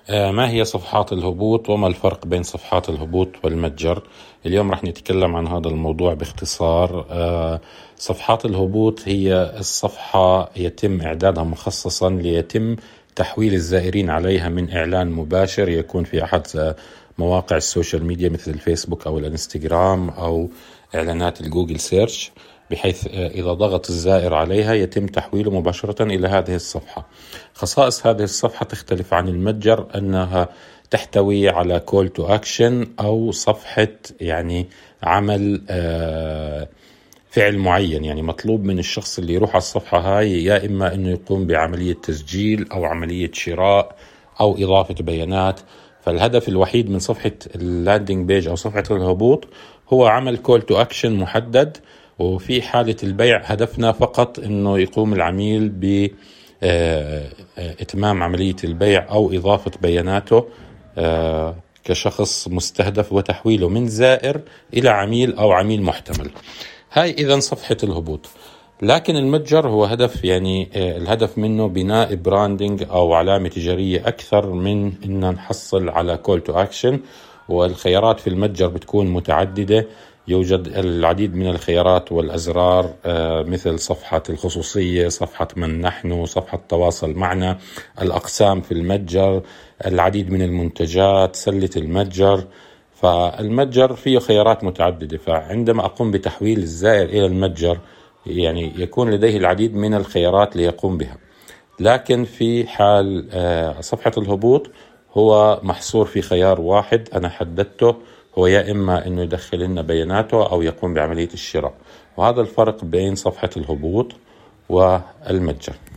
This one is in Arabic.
ما هي صفحات الهبوط وما الفرق بين صفحات الهبوط والمتجر؟ اليوم رح نتكلم عن هذا الموضوع باختصار. صفحات الهبوط هي الصفحة يتم إعدادها مخصصا ليتم تحويل الزائرين عليها من إعلان مباشر يكون في أحد مواقع السوشيال ميديا مثل الفيسبوك أو الانستغرام أو إعلانات الجوجل سيرش، بحيث إذا ضغط الزائر عليها يتم تحويله مباشرة إلى هذه الصفحة. خصائص هذه الصفحة تختلف عن المتجر، أنها تحتوي على كول تو أكشن أو صفحة عمل فعل معين، يعني مطلوب من الشخص اللي يروح على الصفحة هاي يا إما أنه يقوم بعملية تسجيل أو عملية شراء أو إضافة بيانات. فالهدف الوحيد من صفحة اللاندنج بيج أو صفحة الهبوط هو عمل كول تو أكشن محدد، وفي حالة البيع هدفنا فقط أنه يقوم العميل بإتمام عملية البيع أو إضافة بياناته كشخص مستهدف وتحويله من زائر إلى عميل أو عميل محتمل. هاي إذن صفحة الهبوط. لكن المتجر هو هدف الهدف منه بناء براندنج أو علامة تجارية أكثر من إن نحصل على كول تو أكشن. والخيارات في المتجر بتكون متعددة، يوجد العديد من الخيارات والأزرار مثل صفحة الخصوصية، صفحة من نحن، صفحة تواصل معنا، الأقسام في المتجر، العديد من المنتجات، سلة المتجر. فالمتجر فيه خيارات متعددة، فعندما أقوم بتحويل الزائر إلى المتجر يكون لديه العديد من الخيارات ليقوم بها. لكن في حال صفحة الهبوط هو محصور في خيار واحد أنا حددته، هو يا إما أنه يدخل لنا بياناته أو يقوم بعملية الشراء. وهذا الفرق بين صفحة الهبوط والمتجر.